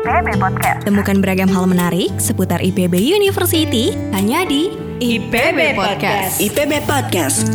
IPB Podcast. Temukan beragam hal menarik seputar IPB University hanya di IPB Podcast. IPB Podcast.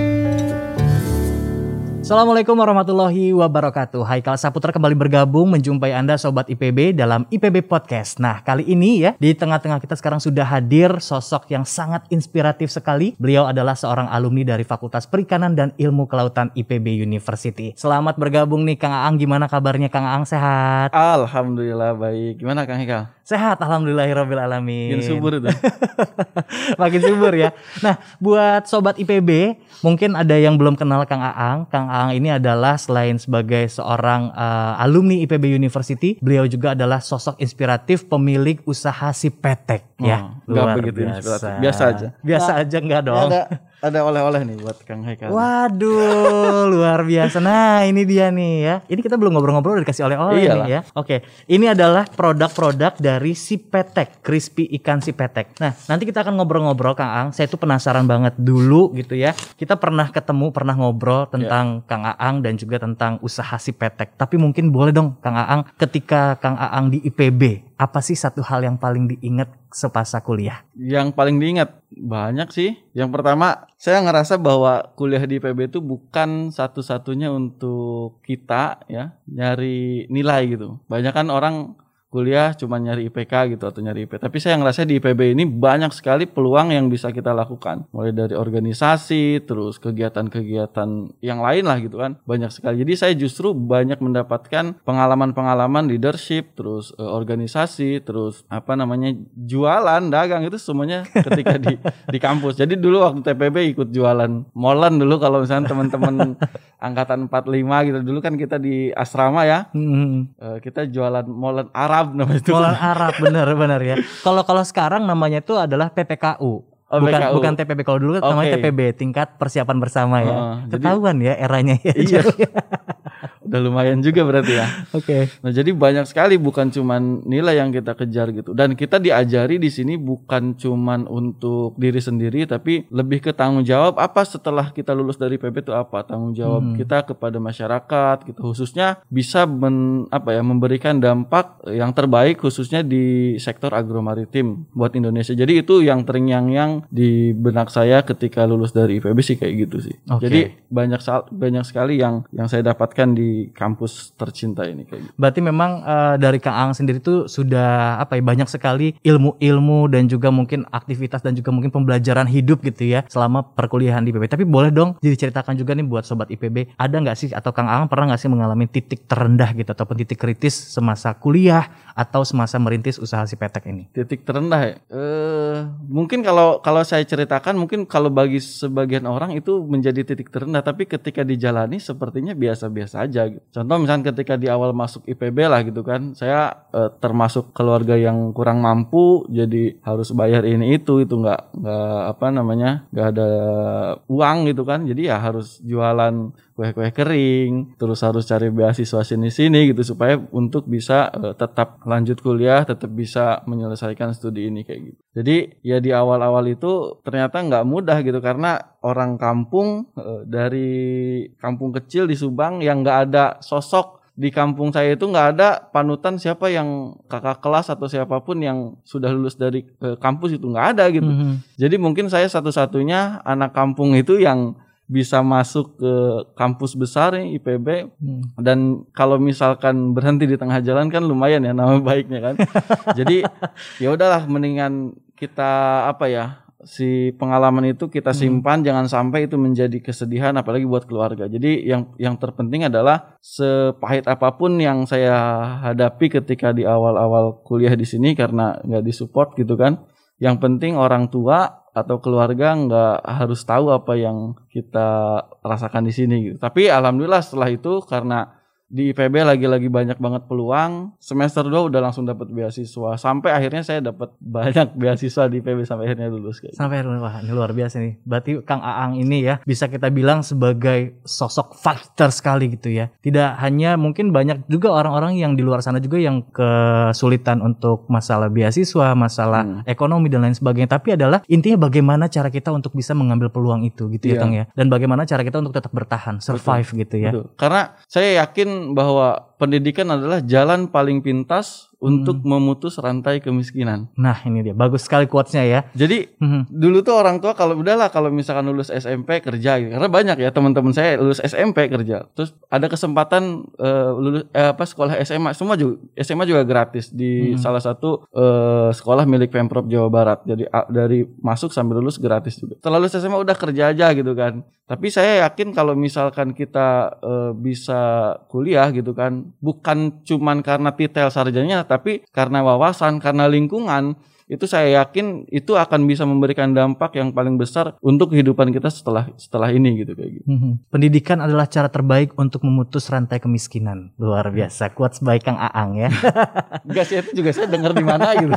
Assalamualaikum warahmatullahi wabarakatuh. Haikal Saputra kembali bergabung menjumpai Anda Sobat IPB dalam IPB Podcast. Nah, kali ini ya, di tengah-tengah kita sekarang sudah hadir sosok yang sangat inspiratif sekali. Beliau adalah seorang alumni dari Fakultas Perikanan dan Ilmu Kelautan IPB University. Selamat bergabung nih Kang Aang. Gimana kabarnya Kang Aang, sehat? Alhamdulillah baik. Gimana Kang Haikal? Sehat, alhamdulillahirrabbilalamin. Makin subur itu. Makin subur ya. Nah, buat Sobat IPB, mungkin ada yang belum kenal Kang Aang. Kang Aang ini adalah selain sebagai seorang alumni IPB University, beliau juga adalah sosok inspiratif pemilik usaha si Petek ya. Luar begitu inspiratif. Biasa aja. Biasa aja enggak dong. Ada oleh-oleh nih buat Kang Haikal. Waduh, luar biasa. Nah, ini dia nih ya. Ini kita belum ngobrol-ngobrol udah dikasih oleh-oleh nih ya. Oke, ini adalah produk-produk dari si Petek, crispy ikan si Petek. Nah, nanti kita akan ngobrol-ngobrol Kang Aang. Saya tuh penasaran banget dulu gitu ya. Kita pernah ketemu, pernah ngobrol tentang Kang Aang dan juga tentang usaha si Petek. Tapi mungkin boleh dong Kang Aang, ketika Kang Aang di IPB, apa sih satu hal yang paling diingat sepasa kuliah? Yang paling diingat banyak sih. Yang pertama, saya ngerasa bahwa kuliah di IPB itu bukan satu-satunya untuk kita ya nyari nilai gitu. Banyak kan orang kuliah cuma nyari IPK gitu atau nyari IP. Tapi saya ngerasa di IPB ini banyak sekali peluang yang bisa kita lakukan. Mulai dari organisasi, terus kegiatan-kegiatan yang lain lah gitu kan. Banyak sekali. Jadi saya justru banyak mendapatkan pengalaman-pengalaman leadership, terus organisasi, terus jualan, dagang itu semuanya ketika di kampus. Jadi dulu waktu TPB ikut jualan molen dulu kalau misalnya teman-teman angkatan 45 gitu. Dulu kan kita di asrama ya. Kita jualan molen Arab. Molen Arab benar ya. Kalau sekarang namanya itu adalah PPKU. Bukan TPB. Kalau dulu namanya TPB, tingkat persiapan bersama ya. Ketahuan ya eranya ya. Iya. Udah lumayan juga berarti ya. Oke. Nah, jadi banyak sekali bukan cuman nilai yang kita kejar gitu. Dan kita diajari di sini bukan cuman untuk diri sendiri tapi lebih ke tanggung jawab apa setelah kita lulus dari PB itu apa? Tanggung jawab kita kepada masyarakat gitu. Khususnya bisa memberikan dampak yang terbaik khususnya di sektor agromaritim buat Indonesia. Jadi itu yang terngiang-ngiang di benak saya ketika lulus dari IPB sih kayak gitu sih. Okay. Jadi banyak sekali yang saya dapatkan di kampus tercinta ini kayak gitu. Berarti memang dari Kang Aang sendiri tuh sudah banyak sekali ilmu-ilmu dan juga mungkin aktivitas dan juga mungkin pembelajaran hidup gitu ya selama perkuliahan di IPB. Tapi boleh dong diceritakan juga nih buat Sobat IPB, ada nggak sih atau Kang Aang pernah nggak sih mengalami titik terendah gitu ataupun titik kritis semasa kuliah atau semasa merintis usaha si Petek ini? Titik terendah ya? Mungkin kalau saya ceritakan mungkin kalau bagi sebagian orang itu menjadi titik terendah, tapi ketika dijalani sepertinya biasa-biasa aja gitu. Contoh misalnya ketika di awal masuk IPB lah gitu kan, saya termasuk keluarga yang kurang mampu, jadi harus bayar ini itu nggak ada uang gitu kan, jadi ya harus jualan kue-kue kering, terus harus cari beasiswa sini gitu supaya untuk bisa tetap lanjut kuliah, tetap bisa menyelesaikan studi ini kayak gitu. Jadi ya di awal-awal itu ternyata nggak mudah gitu karena orang kampung dari kampung kecil di Subang yang nggak ada sosok. Di kampung saya itu nggak ada panutan siapa yang kakak kelas atau siapapun yang sudah lulus dari kampus itu nggak ada gitu. Jadi mungkin saya satu-satunya anak kampung itu yang bisa masuk ke kampus besar nih, IPB. Dan kalau misalkan berhenti di tengah jalan kan lumayan ya nama baiknya kan. Jadi ya udahlah mendingan kita si pengalaman itu kita simpan, jangan sampai itu menjadi kesedihan apalagi buat keluarga. Jadi yang terpenting adalah sepahit apapun yang saya hadapi ketika di awal-awal kuliah di sini karena nggak disupport gitu kan. Yang penting orang tua atau keluarga nggak harus tahu apa yang kita rasakan di sini gitu. Tapi alhamdulillah setelah itu karena di IPB lagi-lagi banyak banget peluang. Semester 2 udah langsung dapat beasiswa. Sampai akhirnya saya dapat banyak beasiswa di IPB sampai akhirnya lulus kayak. Sampai wah, ini luar biasa nih. Berarti Kang Aang ini ya bisa kita bilang sebagai sosok fighter sekali gitu ya. Tidak hanya mungkin banyak juga orang-orang yang di luar sana juga yang kesulitan untuk masalah beasiswa, masalah ekonomi dan lain sebagainya. Tapi adalah intinya bagaimana cara kita untuk bisa mengambil peluang itu gitu ya Kang ya. Dan bagaimana cara kita untuk tetap bertahan, survive gitu ya. Betul. Karena saya yakin bahwa pendidikan adalah jalan paling pintas untuk memutus rantai kemiskinan. Nah ini dia, bagus sekali quotes-nya ya. Jadi dulu tuh orang tua kalau misalkan lulus SMP kerja gitu. Karena banyak ya teman-teman saya lulus SMP kerja. Terus ada kesempatan lulus sekolah SMA, SMA juga gratis di salah satu sekolah milik Pemprov Jawa Barat. Jadi dari masuk sampai lulus gratis juga. Setelah lulus SMA udah kerja aja gitu kan. Tapi saya yakin kalau misalkan kita bisa kuliah gitu kan, bukan cuman karena titel sarjananya, tapi karena wawasan, karena lingkungan, itu saya yakin itu akan bisa memberikan dampak yang paling besar untuk kehidupan kita setelah ini gitu kayak gitu. Pendidikan adalah cara terbaik untuk memutus rantai kemiskinan. Luar biasa, quotes baik Kang Aang ya. Enggak sih, itu juga saya dengar di mana gitu.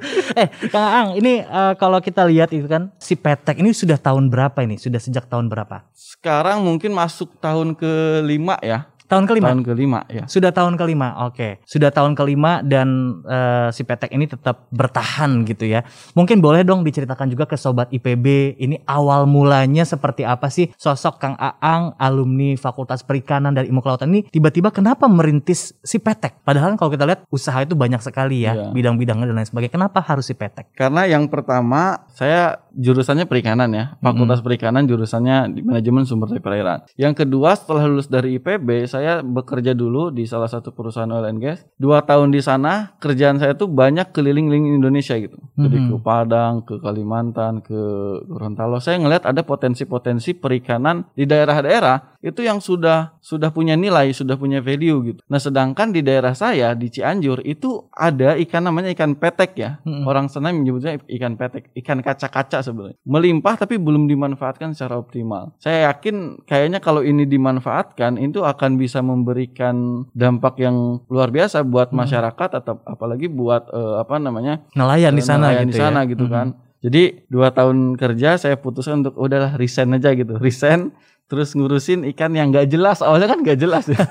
Kang Aang, ini kalau kita lihat itu kan si Petek ini sudah tahun berapa ini? Sudah sejak tahun berapa? Sekarang mungkin masuk tahun ke-5 ya. Tahun kelima? Tahun kelima ya. Sudah tahun kelima, oke. Sudah tahun kelima dan si Petek ini tetap bertahan gitu ya. Mungkin boleh dong diceritakan juga ke Sobat IPB, ini awal mulanya seperti apa sih sosok Kang Aang, alumni Fakultas Perikanan dari Ilmu Kelautan ini tiba-tiba kenapa merintis si Petek? Padahal kalau kita lihat usaha itu banyak sekali ya, bidang-bidangnya dan lain sebagainya. Kenapa harus si Petek? Karena yang pertama saya jurusannya perikanan ya, Fakultas Perikanan jurusannya di manajemen sumber daya perairan. Yang kedua setelah lulus dari IPB saya bekerja dulu di salah satu perusahaan oil and gas. 2 tahun di sana kerjaan saya tuh banyak keliling-keliling Indonesia gitu. Jadi ke Padang, ke Kalimantan, ke Gorontalo. Saya ngelihat ada potensi-potensi perikanan di daerah-daerah itu yang sudah punya nilai, sudah punya value gitu. Nah sedangkan di daerah saya di Cianjur itu ada ikan namanya ikan petek ya. Orang sana menyebutnya ikan petek, ikan kaca-kaca sebenarnya. Melimpah tapi belum dimanfaatkan secara optimal. Saya yakin kayaknya kalau ini dimanfaatkan itu akan bisa memberikan dampak yang luar biasa buat masyarakat atau apalagi buat nelayan di sana gitu kan. Jadi 2 tahun kerja saya putuskan untuk udahlah resign aja gitu. Resign terus ngurusin ikan yang gak jelas. Awalnya kan gak jelas ya.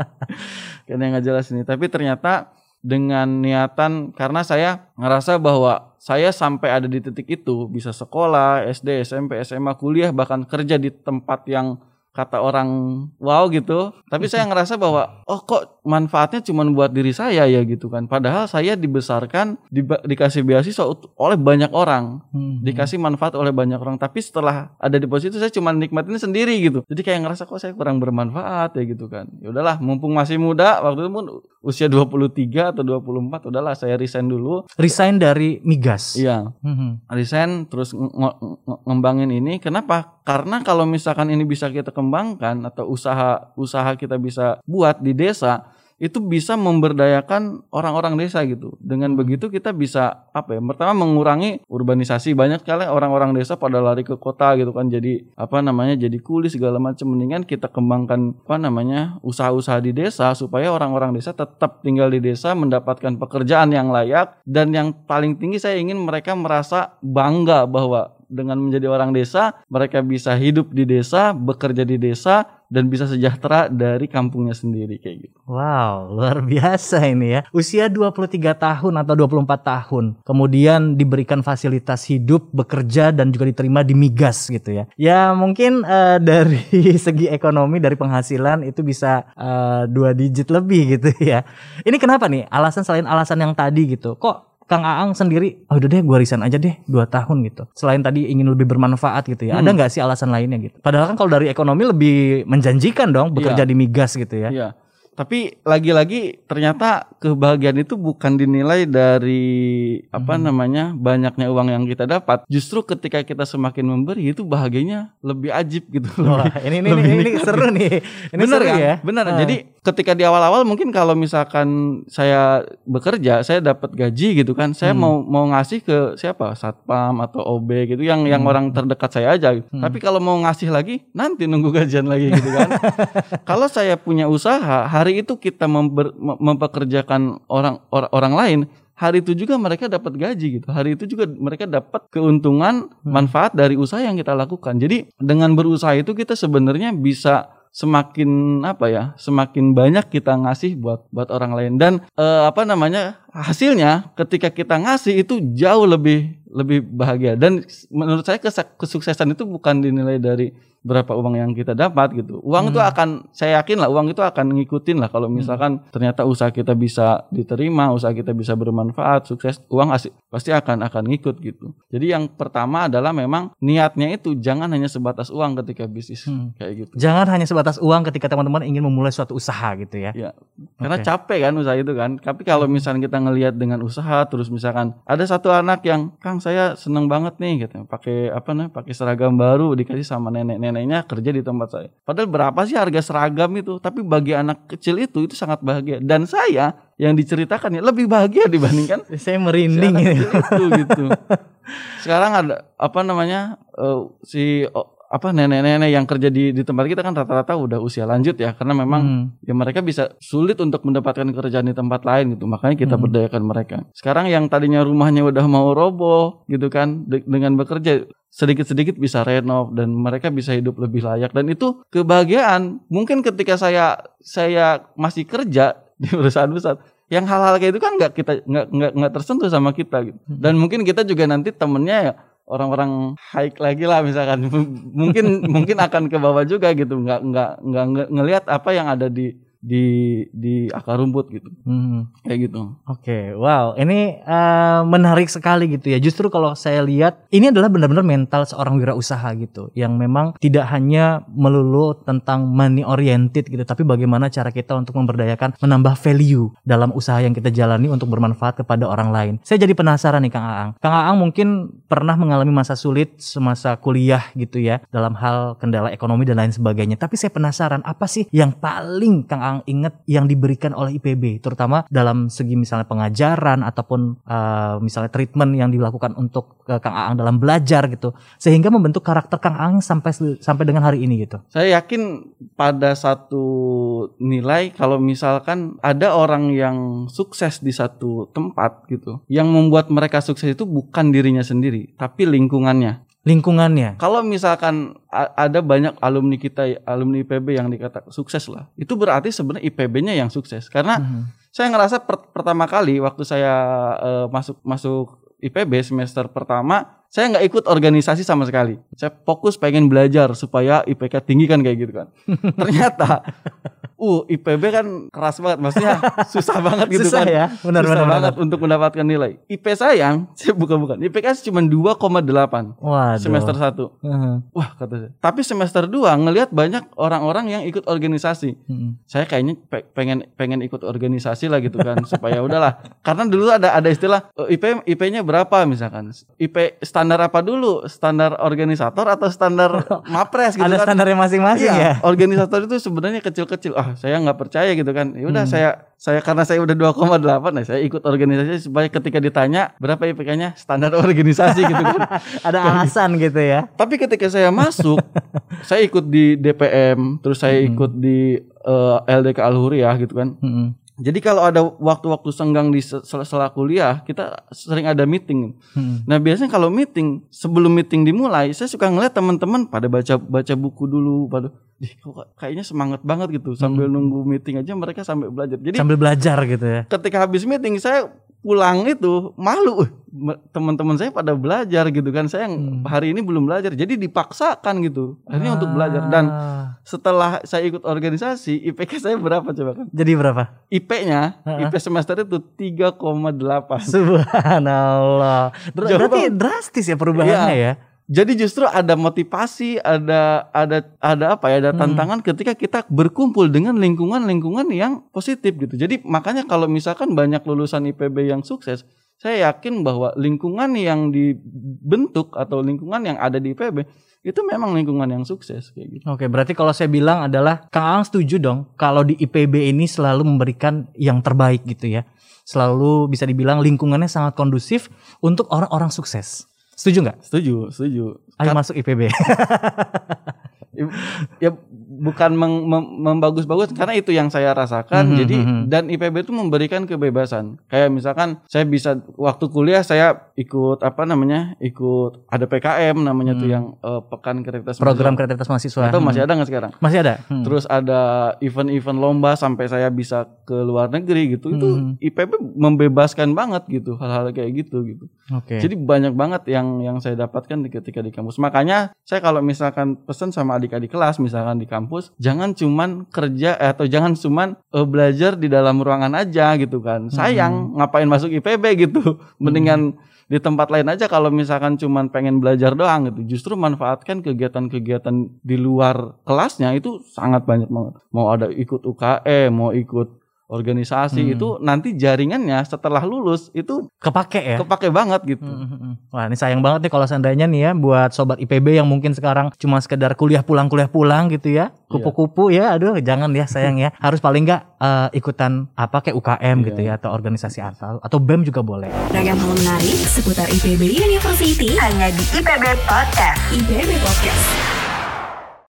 Ikan yang gak jelas ini. Tapi ternyata dengan niatan, karena saya ngerasa bahwa saya sampai ada di titik itu bisa sekolah, SD, SMP, SMA, kuliah, bahkan kerja di tempat yang kata orang wow gitu, tapi saya ngerasa bahwa kok manfaatnya cuma buat diri saya ya gitu kan, padahal saya dibesarkan dikasih beasiswa oleh banyak orang, dikasih manfaat oleh banyak orang, tapi setelah ada di posisi itu saya cuma nikmatin sendiri gitu, jadi kayak ngerasa kok saya kurang bermanfaat ya gitu kan. Ya udahlah, mumpung masih muda, waktu itu pun usia 23 atau 24, udahlah saya resign dulu. Resign dari migas? Iya, resign terus ngembangin ini. Kenapa? Karena kalau misalkan ini bisa kita kembangkan atau usaha kita bisa buat di desa, itu bisa memberdayakan orang-orang desa gitu. Dengan begitu kita bisa pertama mengurangi urbanisasi. Banyak sekali orang-orang desa pada lari ke kota gitu kan, jadi jadi kuli segala macam. Mendingan kita kembangkan usaha-usaha di desa supaya orang-orang desa tetap tinggal di desa, mendapatkan pekerjaan yang layak, dan yang paling tinggi saya ingin mereka merasa bangga bahwa dengan menjadi orang desa, mereka bisa hidup di desa, bekerja di desa, dan bisa sejahtera dari kampungnya sendiri kayak gitu. Wow, luar biasa ini ya. Usia 23 tahun atau 24 tahun. Kemudian diberikan fasilitas hidup, bekerja, dan juga diterima di migas gitu ya. Ya mungkin dari segi ekonomi, dari penghasilan itu bisa 2 digit lebih gitu ya. Ini kenapa nih? Alasan selain alasan yang tadi gitu. Kok Kang Aang sendiri, udah deh gue resign aja deh 2 tahun gitu. Selain tadi ingin lebih bermanfaat gitu ya. Ada gak sih alasan lainnya gitu? Padahal kan kalau dari ekonomi lebih menjanjikan dong bekerja di migas gitu ya. Iya. Tapi lagi-lagi ternyata kebahagiaan itu bukan dinilai dari banyaknya uang yang kita dapat. Justru ketika kita semakin memberi itu bahagianya lebih ajib gitu. Wah, ini seru nih. Ini bener seru kan? Ya. Bener. Jadi ketika di awal-awal mungkin kalau misalkan saya bekerja, saya dapat gaji gitu kan, saya mau ngasih ke siapa? Satpam atau OB gitu yang orang terdekat saya aja gitu. Tapi kalau mau ngasih lagi nanti nunggu gajian lagi gitu kan. Kalau saya punya usaha, hari itu kita mempekerjakan orang lain, hari itu juga mereka dapat gaji gitu. Hari itu juga mereka dapat keuntungan manfaat dari usaha yang kita lakukan. Jadi dengan berusaha itu kita sebenarnya bisa semakin semakin banyak kita ngasih buat orang lain. Dan hasilnya ketika kita ngasih itu jauh lebih bahagia. Dan menurut saya kesuksesan itu bukan dinilai dari berapa uang yang kita dapat gitu. Uang itu akan, saya yakin lah uang itu akan ngikutin lah kalau misalkan ternyata usaha kita bisa diterima, usaha kita bisa bermanfaat, sukses, uang pasti akan ngikut gitu. Jadi yang pertama adalah memang niatnya itu jangan hanya sebatas uang ketika bisnis kayak gitu. Jangan hanya sebatas uang ketika teman-teman ingin memulai suatu usaha gitu ya. Ya. Karena capek kan usaha itu kan. Tapi kalau misalnya kita ngelihat dengan usaha, terus misalkan ada satu anak yang, Kang saya seneng banget nih gitu, pakai seragam baru dikasih sama neneknya kerja di tempat saya. Padahal berapa sih harga seragam itu? Tapi bagi anak kecil itu sangat bahagia. Dan saya yang diceritakan ya lebih bahagia dibandingkan saya merinding si anak kecil itu gitu. Sekarang ada nenek-nenek yang kerja di tempat kita kan rata-rata udah usia lanjut ya, karena memang ya mereka bisa sulit untuk mendapatkan kerjaan di tempat lain gitu, makanya kita berdayakan mereka. Sekarang yang tadinya rumahnya udah mau roboh gitu kan, dengan bekerja sedikit-sedikit bisa renov dan mereka bisa hidup lebih layak, dan itu kebahagiaan. Mungkin ketika saya masih kerja di perusahaan besar, yang hal-hal kayak itu kan nggak tersentuh sama kita gitu. Dan mungkin kita juga nanti temennya ya orang-orang high lagi lah misalkan, mungkin akan ke bawah juga gitu, nggak ngelihat apa yang ada di akar rumput gitu, kayak gitu. Oke, wow, ini menarik sekali gitu ya. Justru kalau saya lihat ini adalah benar-benar mental seorang wirausaha gitu, yang memang tidak hanya melulu tentang money oriented gitu, tapi bagaimana cara kita untuk memberdayakan, menambah value dalam usaha yang kita jalani untuk bermanfaat kepada orang lain. Saya jadi penasaran nih Kang Aang. Kang Aang mungkin pernah mengalami masa sulit semasa kuliah gitu ya, dalam hal kendala ekonomi dan lain sebagainya. Tapi saya penasaran, apa sih yang paling Kang Aang ingat yang diberikan oleh IPB, terutama dalam segi misalnya pengajaran ataupun misalnya treatment yang dilakukan untuk Kang Aang dalam belajar gitu, sehingga membentuk karakter Kang Aang sampai dengan hari ini gitu. Saya yakin pada satu nilai, kalau misalkan ada orang yang sukses di satu tempat gitu, yang membuat mereka sukses itu bukan dirinya sendiri, tapi lingkungannya. Kalau misalkan ada banyak alumni kita, alumni IPB yang dikatakan sukses lah, itu berarti sebenarnya IPB-nya yang sukses. Karena saya ngerasa pertama kali waktu saya masuk IPB semester pertama, saya nggak ikut organisasi sama sekali. Saya fokus pengen belajar supaya IPK tinggi kan kayak gitu kan. Ternyata IPB kan keras banget, maksudnya susah banget gitu susah kan. Ya? Benar banget untuk mendapatkan nilai. IP saya bukan. IPK cuma 2,8 semester 1. Wah kata saya. Tapi semester 2 ngelihat banyak orang-orang yang ikut organisasi. Saya kayaknya pengen ikut organisasi lah gitu kan supaya udahlah. Karena dulu ada istilah IP-nya berapa misalkan. IP standar apa dulu? Standar organisator atau standar mapres gitu ada kan. Standarnya masing-masing ya. Organisator itu sebenarnya kecil-kecil. Saya nggak percaya gitu kan. Ya udah saya karena saya udah 2,8 saya ikut organisasi supaya ketika ditanya berapa IPK-nya standar organisasi gitu kan. Ada alasan gitu ya. Tapi ketika saya masuk, saya ikut di DPM, terus saya ikut di LDK Al-Huriyah gitu kan. Jadi kalau ada waktu-waktu senggang di sela kul-kuliah, kita sering ada meeting. Nah biasanya kalau meeting, sebelum meeting dimulai, saya suka ngeliat teman-teman pada baca buku dulu, kayaknya semangat banget gitu. Sambil nunggu meeting aja mereka sambil belajar. Jadi sambil belajar gitu ya. Ketika habis meeting saya pulang itu malu, teman-teman saya pada belajar gitu kan, saya hari ini belum belajar, jadi dipaksakan gitu akhirnya untuk belajar. Dan setelah saya ikut organisasi, IPK saya berapa coba kan? Jadi berapa? IP-nya, IP semester itu 3,8. Subhanallah. Berarti drastis ya perubahannya ya. Jadi justru ada motivasi, ada tantangan ketika kita berkumpul dengan lingkungan yang positif gitu. Jadi makanya kalau misalkan banyak lulusan IPB yang sukses, saya yakin bahwa lingkungan yang dibentuk atau lingkungan yang ada di IPB itu memang lingkungan yang sukses kayak gitu. Oke, berarti kalau saya bilang adalah Kang Aang setuju dong kalau di IPB ini selalu memberikan yang terbaik gitu ya. Selalu bisa dibilang lingkungannya sangat kondusif untuk orang-orang sukses. Setuju nggak? Setuju. Ayo masuk IPB. Ya bukan membagus-bagus karena itu yang saya rasakan. Jadi dan IPB itu memberikan kebebasan. Kayak misalkan saya bisa waktu kuliah saya ikut ikut ada PKM namanya tuh yang pekan kreativitas program kreativitas mahasiswa. Atau masih ada nggak sekarang? Masih ada. Terus ada event-event lomba sampai saya bisa ke luar negeri gitu. Itu IPB membebaskan banget gitu hal-hal kayak gitu. Oke. Jadi banyak banget yang saya dapatkan ketika di kampus. Makanya saya kalau misalkan pesan sama adik-adik kelas misalkan di kampus, jangan cuman kerja atau jangan cuman belajar di dalam ruangan aja gitu kan. Sayang ngapain masuk IPB gitu. Mendingan di tempat lain aja kalau misalkan cuman pengen belajar doang gitu. Justru manfaatkan kegiatan-kegiatan di luar kelasnya itu sangat banyak banget. Mau ada ikut UKM, mau ikut organisasi itu nanti jaringannya setelah lulus itu kepake banget gitu. Wah ini sayang banget nih kalau seandainya nih ya buat sobat IPB yang mungkin sekarang cuma sekedar kuliah pulang gitu ya, kupu-kupu ya, aduh jangan ya sayang ya, harus paling nggak ikutan kayak UKM gitu ya atau organisasi atau BEM juga boleh. Ragam hal menarik seputar IPB University hanya di IPB Podcast. IPB Podcast.